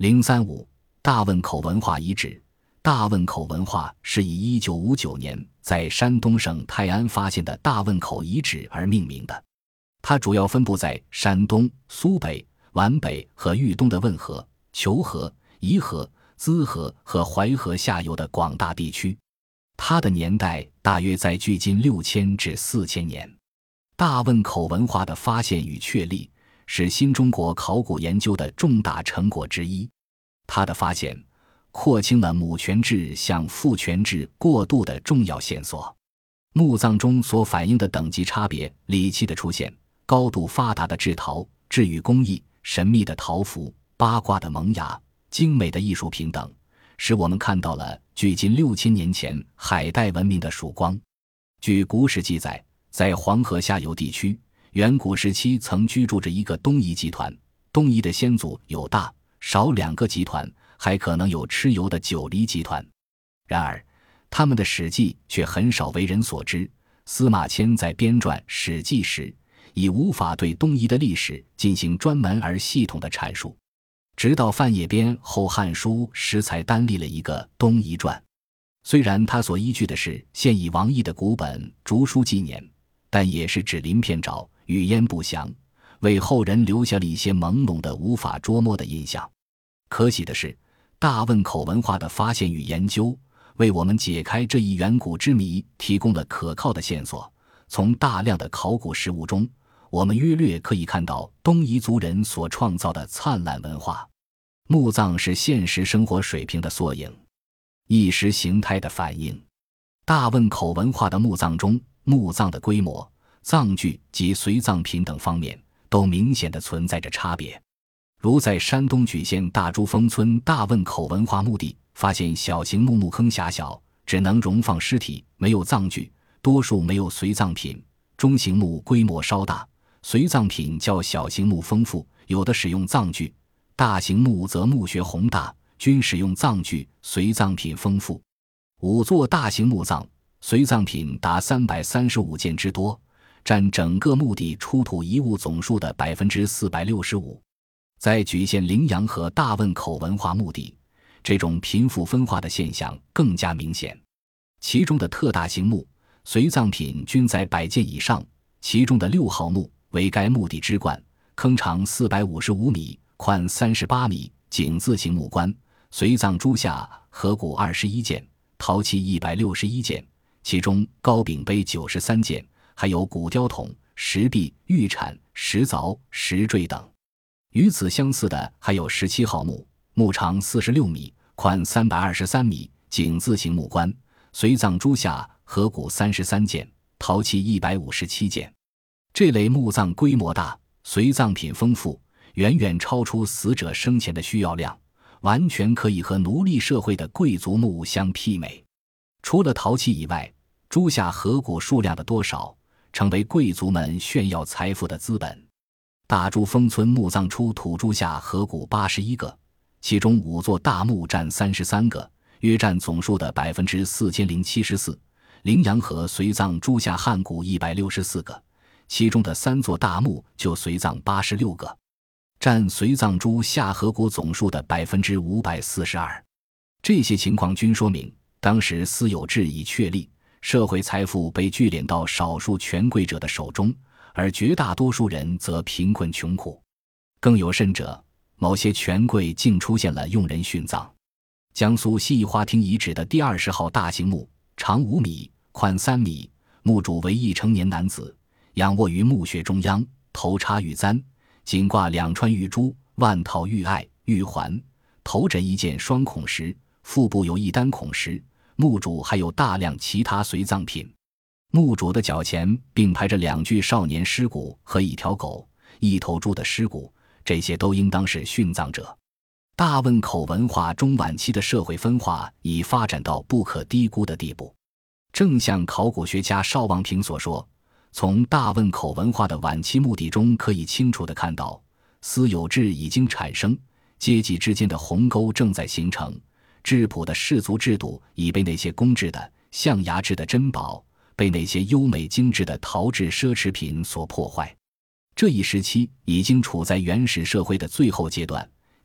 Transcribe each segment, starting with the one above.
035大汶口文化遗址。大汶口文化是以1959年在山东省泰安发现的大汶口遗址而命名的。它主要分布在山东、苏北、皖北和豫东的汶河、虬河、沂河、淄河和淮河下游的广大地区。它的年代大约在距今6000至4000年。大汶口文化的发现与确立是新中国考古研究的重大成果之一。它的发现廓清了母权制向父权制过渡的重要线索。墓葬中所反映的等级差别、礼器的出现、高度发达的制陶、制玉工艺、神秘的陶符、八卦的萌芽、精美的艺术品等，使我们看到了距今6000年前海带文明的曙光。据古史记载，在黄河下游地区，远古时期曾居住着一个东夷集团，东夷的先祖有大、少2个集团，还可能有蚩尤的九黎集团。然而他们的史记却很少为人所知。司马迁在编撰《史记》时已无法对东夷的历史进行专门而系统的阐述，直到范晔编《后汉书》时才单立了一个东夷传。虽然他所依据的是现已亡佚的古本《竹书纪年》，但也是只鳞片爪，语焉不详，为后人留下了一些朦胧的无法捉摸的印象。可喜的是，大汶口文化的发现与研究为我们解开这一远古之谜提供了可靠的线索。从大量的考古实物中，我们约略可以看到东夷族人所创造的灿烂文化。墓葬是现实生活水平的缩影，意识形态的反映。大汶口文化的墓葬中，墓葬的规模、葬具及随葬品等方面都明显地存在着差别。如在山东莒县大珠峰村大汶口文化墓地发现小型墓坑狭小，只能容放尸体，没有葬具，多数没有随葬品。中型墓规模稍大，随葬品较小型墓丰富，有的使用葬具；大型墓则墓穴宏大，均使用葬具，随葬品丰富。5座大型墓葬，随葬品达335件之多，占整个墓地出土遗物总数的 465%。在莒县羚羊和大汶口文化墓地，这种贫富分化的现象更加明显。其中的特大型墓随葬品均在100件以上，其中的6号墓为该墓地之冠，坑长455米，宽38米，井字形木棺，随葬猪下颌骨21件，陶器161件，其中高柄碑93件，还有骨雕筒、石壁、玉铲、石凿、石坠等。与此相似的还有17号墓，墓长46米，宽323米，井字形木棺，随葬猪下颌骨33件，陶器157件。这类墓葬规模大，随葬品丰富，远远超出死者生前的需要量，完全可以和奴隶社会的贵族墓相媲美。除了陶器以外，猪下颌骨数量的多少成为贵族们炫耀财富的资本。大珠峰村墓葬出土猪下颌骨81个，其中5座大墓占33个，约占总数的 4074%。羚羊河随葬猪下汉骨164个，其中的3座大墓就随葬86个，占随葬猪下颌骨总数的 542%。这些情况均说明，当时私有制已确立，社会财富被聚敛到少数权贵者的手中，而绝大多数人则贫困穷苦。更有甚者，某些权贵竟出现了用人殉葬。江苏西义花厅遗址的第20号大型墓，长5米，宽3米，墓主为一成年男子，仰卧于墓穴中央，头插玉簪，颈挂2串玉珠，腕套玉爱、玉环，头枕1件双孔石，腹部有1单孔石。墓主还有大量其他随葬品。墓主的脚前并排着2具少年尸骨和1条狗、1头猪的尸骨，这些都应当是殉葬者。大汶口文化中晚期的社会分化已发展到不可低估的地步。正像考古学家邵望平所说，从大汶口文化的晚期墓地中可以清楚地看到，私有制已经产生，阶级之间的鸿沟正在形成，质朴的氏族制度已被那些公制的、象牙制的珍宝，被那些优美精致的陶制奢侈品所破坏。这一时期已经处在原始社会的最后阶段，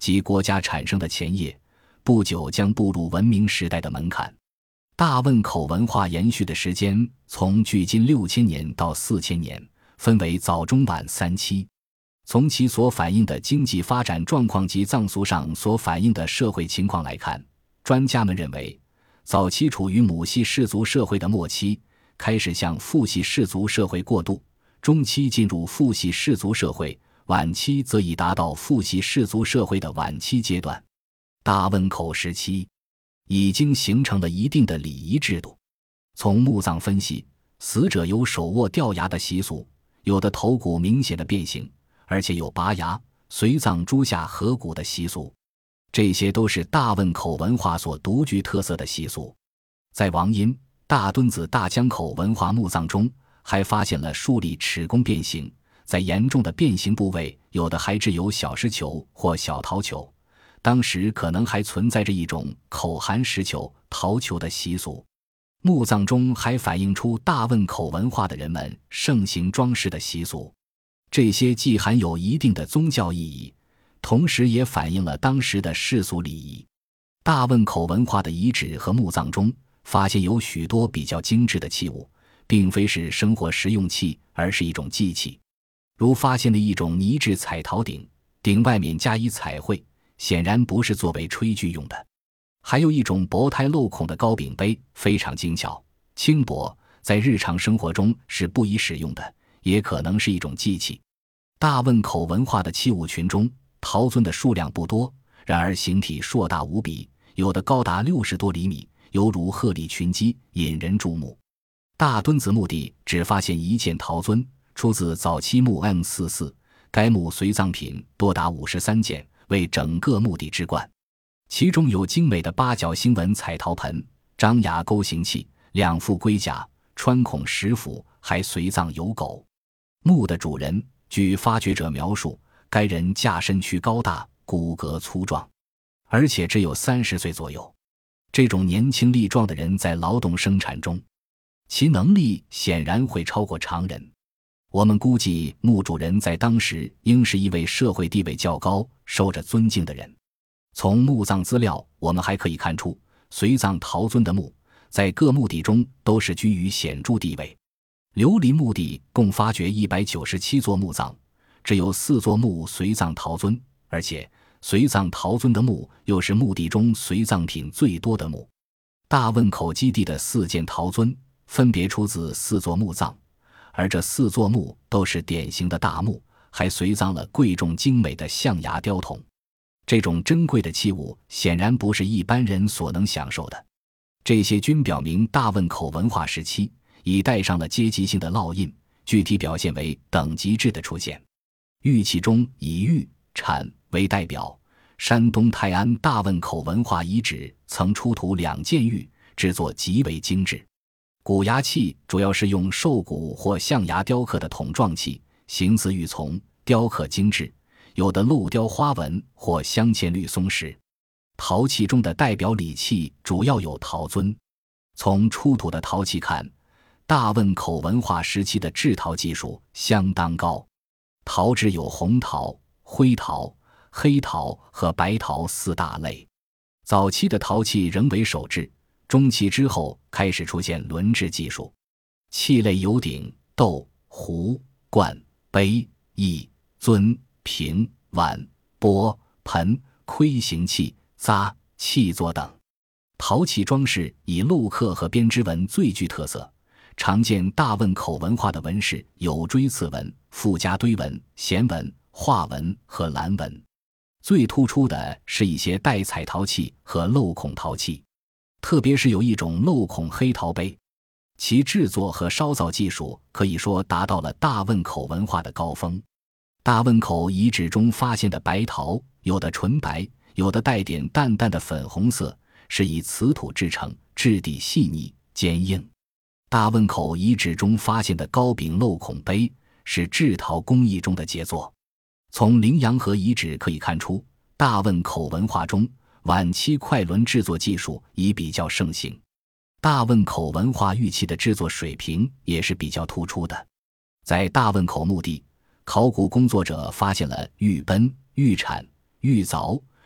及国家产生的前夜，不久将步入文明时代的门槛。大汶口文化延续的时间从距今6000年到4000年，分为早中晚3期。从其所反映的经济发展状况及藏俗上所反映的社会情况来看，专家们认为，早期处于母系氏族社会的末期，开始向父系氏族社会过渡，中期进入父系氏族社会，晚期则已达到父系氏族社会的晚期阶段。大汶口时期已经形成了一定的礼仪制度。从墓葬分析，死者有手握掉牙的习俗，有的头骨明显的变形，而且有拔牙、随葬猪下颌骨的习俗，这些都是大汶口文化所独具特色的习俗。在王阴、大墩子大江口文化墓葬中，还发现了数例齿弓变形，在严重的变形部位，有的还置有小石球或小陶球，当时可能还存在着一种口含石球、陶球的习俗。墓葬中还反映出大汶口文化的人们盛行装饰的习俗，这些既含有一定的宗教意义，同时也反映了当时的世俗礼仪。大汶口文化的遗址和墓葬中发现有许多比较精致的器物，并非是生活实用器，而是一种祭器。如发现的一种泥制彩陶鼎，鼎外面加以彩绘，显然不是作为炊具用的。还有一种薄胎镂孔的糕饼杯，非常精巧轻薄，在日常生活中是不宜使用的，也可能是一种祭器。大汶口文化的器物群中，陶尊的数量不多，然而形体硕大无比，有的高达60多厘米，犹如鹤立群鸡，引人注目。大墩子墓地只发现一件陶尊，出自早期墓 M44， 该墓随葬品多达53件，为整个墓地之冠。其中有精美的八角星纹彩陶盆、张牙钩形器、2副龟甲、穿孔石斧，还随葬有狗。墓的主人，据发掘者描述，该人架身躯高大，骨骼粗壮，而且只有30岁左右。这种年轻力壮的人在劳动生产中，其能力显然会超过常人。我们估计墓主人在当时应是一位社会地位较高、受着尊敬的人。从墓葬资料我们还可以看出，随葬陶尊的墓在各墓地中都是居于显著地位。琉璃墓地共发掘197座墓葬，只有4座墓随葬陶尊，而且随葬陶尊的墓又是墓地中随葬品最多的墓。大汶口基地的4件陶尊分别出自4座墓葬，而这4座墓都是典型的大墓，还随葬了贵重精美的象牙雕筒。这种珍贵的器物显然不是一般人所能享受的。这些均表明大汶口文化时期已带上了阶级性的烙印，具体表现为等级制的出现。玉器中以玉、铲为代表，山东泰安大汶口文化遗址曾出土2件玉，制作极为精致。骨牙器主要是用兽骨或象牙雕刻的筒状器，形似玉琮，雕刻精致，有的镂雕花纹或镶嵌绿松石。陶器中的代表礼器主要有陶尊。从出土的陶器看，大汶口文化时期的制陶技术相当高。陶制有红陶、灰陶、黑陶和白陶4大类。早期的陶器仍为手制，中期之后开始出现轮制技术。器类有鼎、斗、壶、罐、杯、盱、尊、瓶、碗、钵、盆、盔形器、匝、器座等。陶器装饰以镂刻和编织纹最具特色，常见大汶口文化的纹饰有锥刺纹、附加堆纹、弦纹、画纹和蓝纹。最突出的是一些带彩陶器和镂孔陶器，特别是有一种镂孔黑陶杯，其制作和烧造技术可以说达到了大汶口文化的高峰。大汶口遗址中发现的白陶，有的纯白，有的带点淡淡的粉红色，是以瓷土制成，质地细腻坚硬。大汶口遗址中发现的糕饼镂孔杯是制陶工艺中的杰作。从羚羊河遗址可以看出，大汶口文化中晚期快轮制作技术已比较盛行。大汶口文化玉器的制作水平也是比较突出的。在大汶口墓地，考古工作者发现了玉奔、玉铲、玉凿、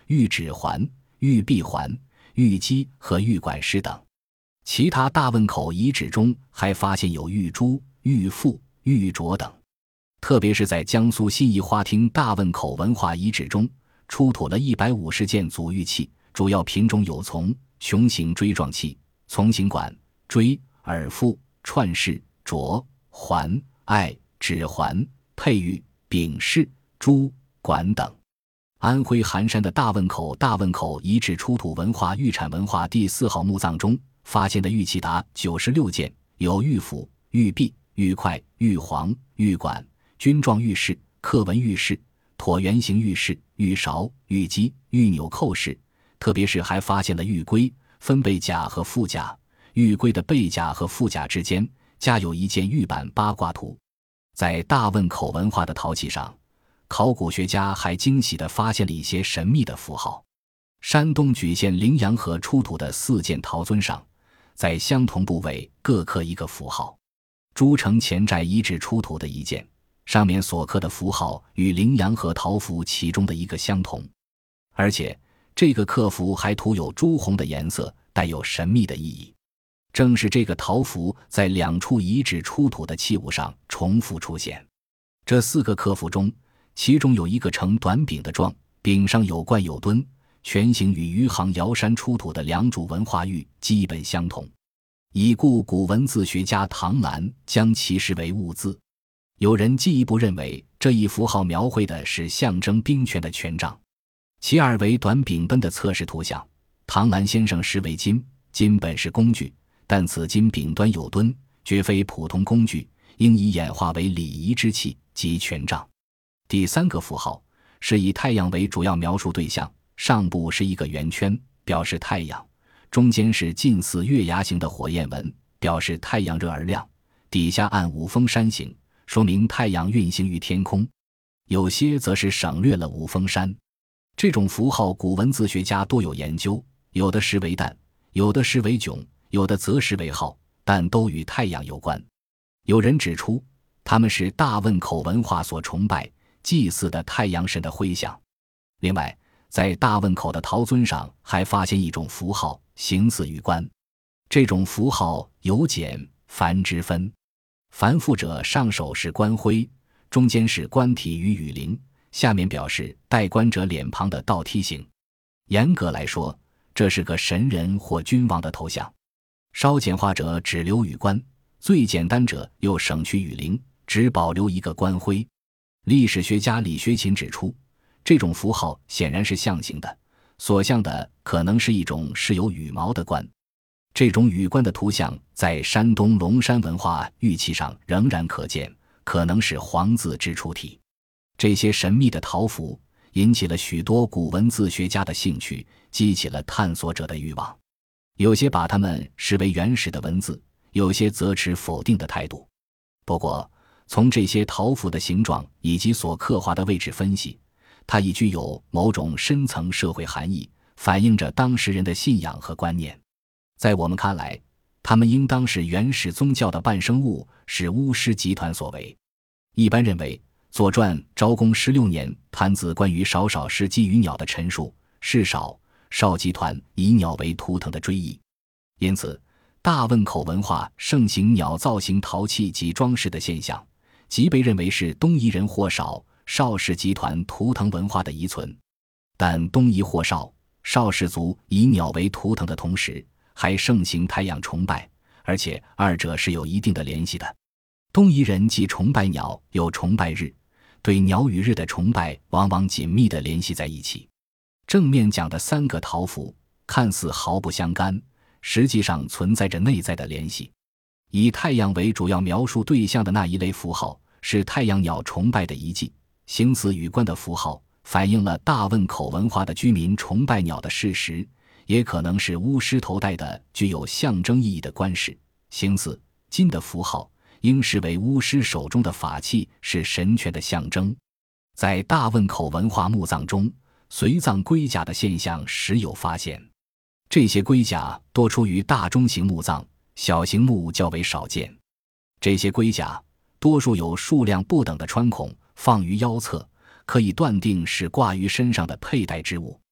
玉指环、玉臂环、玉鸡和玉管饰等。其他大汶口遗址中还发现有玉珠、玉腹、玉镯等。特别是在江苏新义花厅大汶口文化遗址中，出土了150件祖玉器，主要品种有从、穹形锥状器、从形管、锥、耳腹、串饰、镯、环、艾、指环、佩玉、柄饰、珠、管等。安徽含山的大汶口遗址出土文化玉产文化第4号墓葬中发现的玉器达96件，有玉斧、玉璧、玉筷、玉簧、玉管、军状玉饰、刻纹玉饰、椭圆形玉饰、玉勺、玉鸡、玉纽扣饰，特别是还发现了玉龟、分背甲和腹甲，玉龟的背甲和腹甲之间加有一件玉板八卦图。在大汶口文化的陶器上，考古学家还惊喜地发现了一些神秘的符号。山东莒县羚羊河出土的4件陶尊上，在相同部位各刻一个符号。诸城前寨遗址出土的一件，上面所刻的符号与羚羊河陶符其中的一个相同，而且这个刻符还涂有朱红的颜色，带有神秘的意义。正是这个陶符在2处遗址出土的器物上重复出现。这4个刻符中，其中有一个呈短柄的状，柄上有冠有墩，全形与余杭瑶山出土的2组文化玉基本相同，已故古文字学家唐兰将其视为物字。有人进一步认为这一符号描绘的是象征兵权的权杖。其2为短柄奔的测试图像，唐兰先生视为金，金本是工具，但此金柄端有墩，绝非普通工具，应已演化为礼仪之器及权杖。第3个符号是以太阳为主要描述对象，上部是一个圆圈，表示太阳，中间是近似月牙形的火焰纹，表示太阳热而亮，底下按五峰山形，说明太阳运行于天空。有些则是省略了五峰山。这种符号古文字学家多有研究，有的视为旦，有的视为迥，有的则视为号，但都与太阳有关。有人指出，他们是大汶口文化所崇拜祭祀的太阳神的徽像。另外，在大汶口的陶尊上还发现一种符号，形似玉冠。这种符号有简繁之分，繁复者上手是官徽，中间是官体与羽翎，下面表示戴冠者脸庞的倒梯形。严格来说，这是个神人或君王的头像。稍简化者只留羽冠，最简单者又省去羽翎，只保留一个官徽。历史学家李学勤指出，这种符号显然是象形的，所象的可能是一种饰有羽毛的冠。这种羽冠的图像在山东龙山文化玉器上仍然可见，可能是黄字之出体。这些神秘的陶符引起了许多古文字学家的兴趣，激起了探索者的欲望。有些把它们视为原始的文字，有些则持否定的态度。不过，从这些陶符的形状以及所刻画的位置分析，它已具有某种深层社会含义，反映着当时人的信仰和观念。在我们看来，它们应当是原始宗教的伴生物，是巫师集团所为。一般认为，《左传》昭公16年谈子关于少氏基于鸟的陈述，是少集团以鸟为图腾的追忆。因此，大汶口文化盛行鸟造型陶器及装饰的现象，即被认为是东夷人或少氏集团图腾文化的遗存。但东夷或少氏族以鸟为图腾的同时，还盛行太阳崇拜，而且二者是有一定的联系的。东夷人既崇拜鸟，有崇拜日，对鸟与日的崇拜往往紧密地联系在一起。正面讲的3个陶符看似毫不相干，实际上存在着内在的联系。以太阳为主要描述对象的那一类符号是太阳鸟崇拜的遗迹，形似羽冠的符号反映了大汶口文化的居民崇拜鸟的事实，也可能是巫师头戴的具有象征意义的冠饰。形似金的符号应视为巫师手中的法器，是神权的象征。在大汶口文化墓葬中，随葬龟甲的现象时有发现，这些龟甲多出于大中型墓葬，小型墓较为少见。这些龟甲多数有数量不等的穿孔，放于腰侧，可以断定是挂于身上的佩戴之物。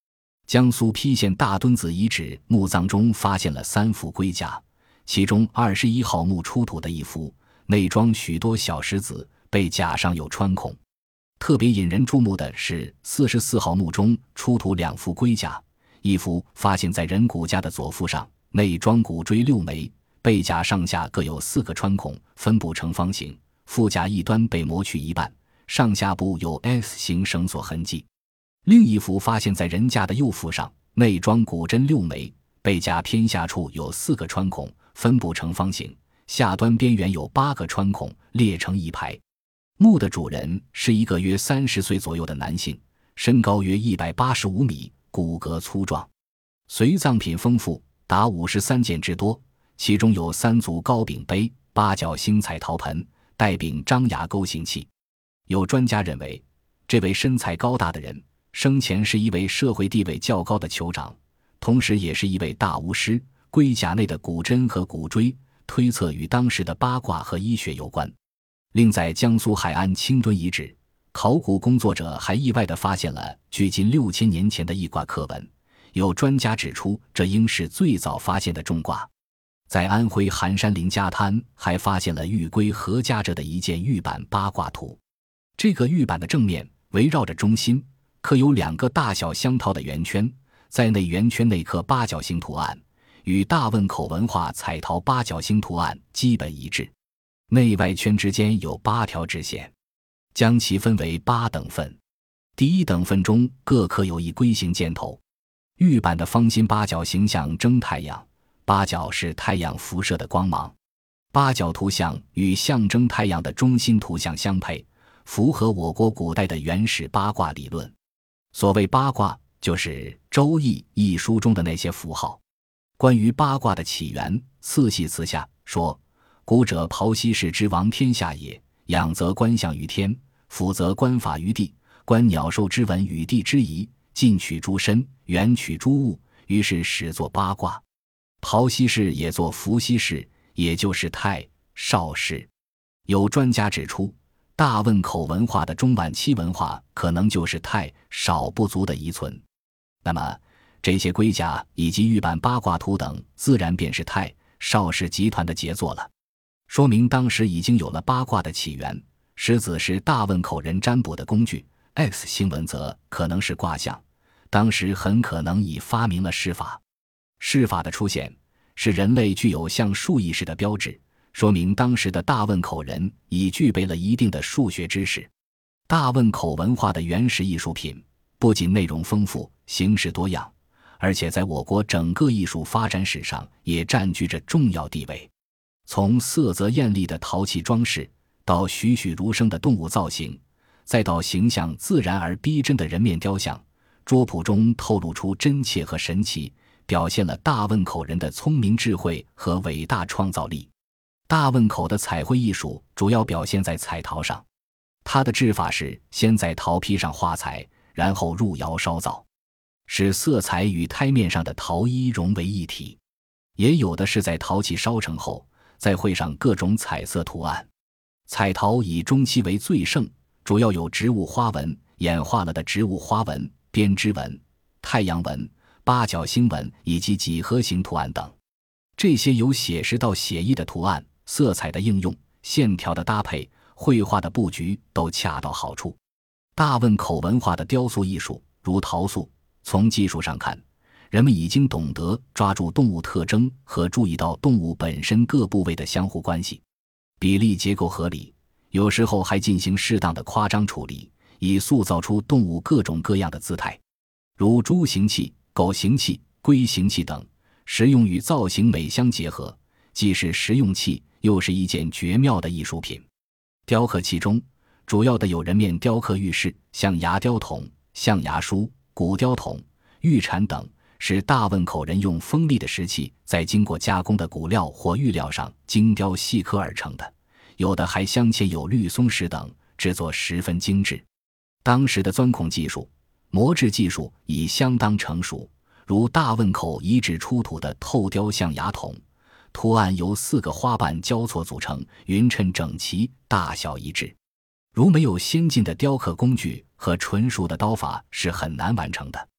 江苏邳县大墩子遗址墓葬中发现了3副龟甲，其中21号墓出土的一幅，内装许多小石子，背甲上有穿孔。特别引人注目的是44号墓中出土2副龟甲，一幅发现在人骨架的左腹上，内装骨锥6枚，背甲上下各有4个穿孔，分布成方形，腹甲一端被磨去一半，上下部有 S 型绳索痕迹。另一幅发现在人架的右腹上，内装骨针6枚，背甲偏下处有4个穿孔，分布成方形，下端边缘有8个穿孔，列成一排。墓的主人是一个约30岁左右的男性，身高约185米，骨骼粗壮。随葬品丰富，达53件之多，其中有3组高柄杯、8角星彩陶盆、带柄张牙钩形器。有专家认为，这位身材高大的人生前是一位社会地位较高的酋长，同时也是一位大巫师。龟甲内的骨针和骨锥推测与当时的八卦和医学有关。另在江苏海安清墩遗址，考古工作者还意外地发现了距今6000年前的易卦刻文，有专家指出，这应是最早发现的重卦。在安徽含山林家滩还发现了玉龟合夹着的一件玉版八卦图，这个玉版的正面围绕着中心，刻有2个大小相套的圆圈，在内圆圈内刻八角形图案，与大汶口文化彩陶八角形图案基本一致。内外圈之间有8条直线，将其分为8等份。第1等份中各刻有一龟形箭头。玉版的方心八角形象征太阳，八角是太阳辐射的光芒。八角图像与象征太阳的中心图像相配，符合我国古代的原始八卦理论。所谓八卦，就是《周易》一书中的那些符号。关于八卦的起源，次系辞下说，古者刨羲氏之王天下也，仰则观象于天，俯则观法于地，观鸟兽之文与地之宜，近取诸身，远取诸物，于是始作八卦。刨羲氏也作伏羲氏，也就是太少氏。有专家指出，大汶口文化的中晚期文化可能就是太少不足的遗存。那么这些龟甲以及玉版八卦图等，自然便是太少氏集团的杰作了，说明当时已经有了八卦的起源。狮子是大汶口人占卜的工具， X 星纹则可能是卦象，当时很可能已发明了筮法。筮法的出现是人类具有象数意识的标志，说明当时的大汶口人已具备了一定的数学知识。大汶口文化的原始艺术品不仅内容丰富，形式多样，而且在我国整个艺术发展史上也占据着重要地位。从色泽艳丽的陶器装饰，到栩栩如生的动物造型，再到形象自然而逼真的人面雕像，桌谱中透露出真切和神奇，表现了大汶口人的聪明智慧和伟大创造力。大汶口的彩绘艺术主要表现在彩陶上，它的制法是先在陶坯上画彩，然后入窑烧造，使色彩与胎面上的陶衣融为一体。也有的是在陶器烧成后，再绘上各种彩色图案。彩陶以中期为最盛，主要有植物花纹、演化了的植物花纹、编织纹、太阳纹、八角星纹以及几何形图案等。这些由写实到写意的图案，色彩的应用、线条的搭配、绘画的布局都恰到好处。大汶口文化的雕塑艺术如陶塑，从技术上看，人们已经懂得抓住动物特征和注意到动物本身各部位的相互关系，比例结构合理，有时候还进行适当的夸张处理，以塑造出动物各种各样的姿态，如猪形器、狗形器、龟形器等，实用与造型美相结合，既是实用器，又是一件绝妙的艺术品。雕刻器中主要的有人面雕刻玉饰、象牙雕筒、象牙梳、骨雕筒、玉铲等，是大汶口人用锋利的石器在经过加工的骨料或玉料上精雕细刻而成的，有的还镶嵌有绿松石等，制作十分精致。当时的钻孔技术、磨制技术已相当成熟，如大汶口遗址出土的透雕象牙筒，图案由4个花瓣交错组成，匀称整齐，大小一致。如没有先进的雕刻工具和纯熟的刀法，是很难完成的。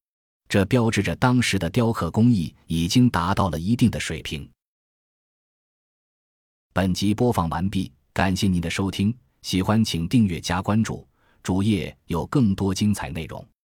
这标志着当时的雕刻工艺已经达到了一定的水平。本集播放完毕，感谢您的收听，喜欢请订阅加关注，主页有更多精彩内容。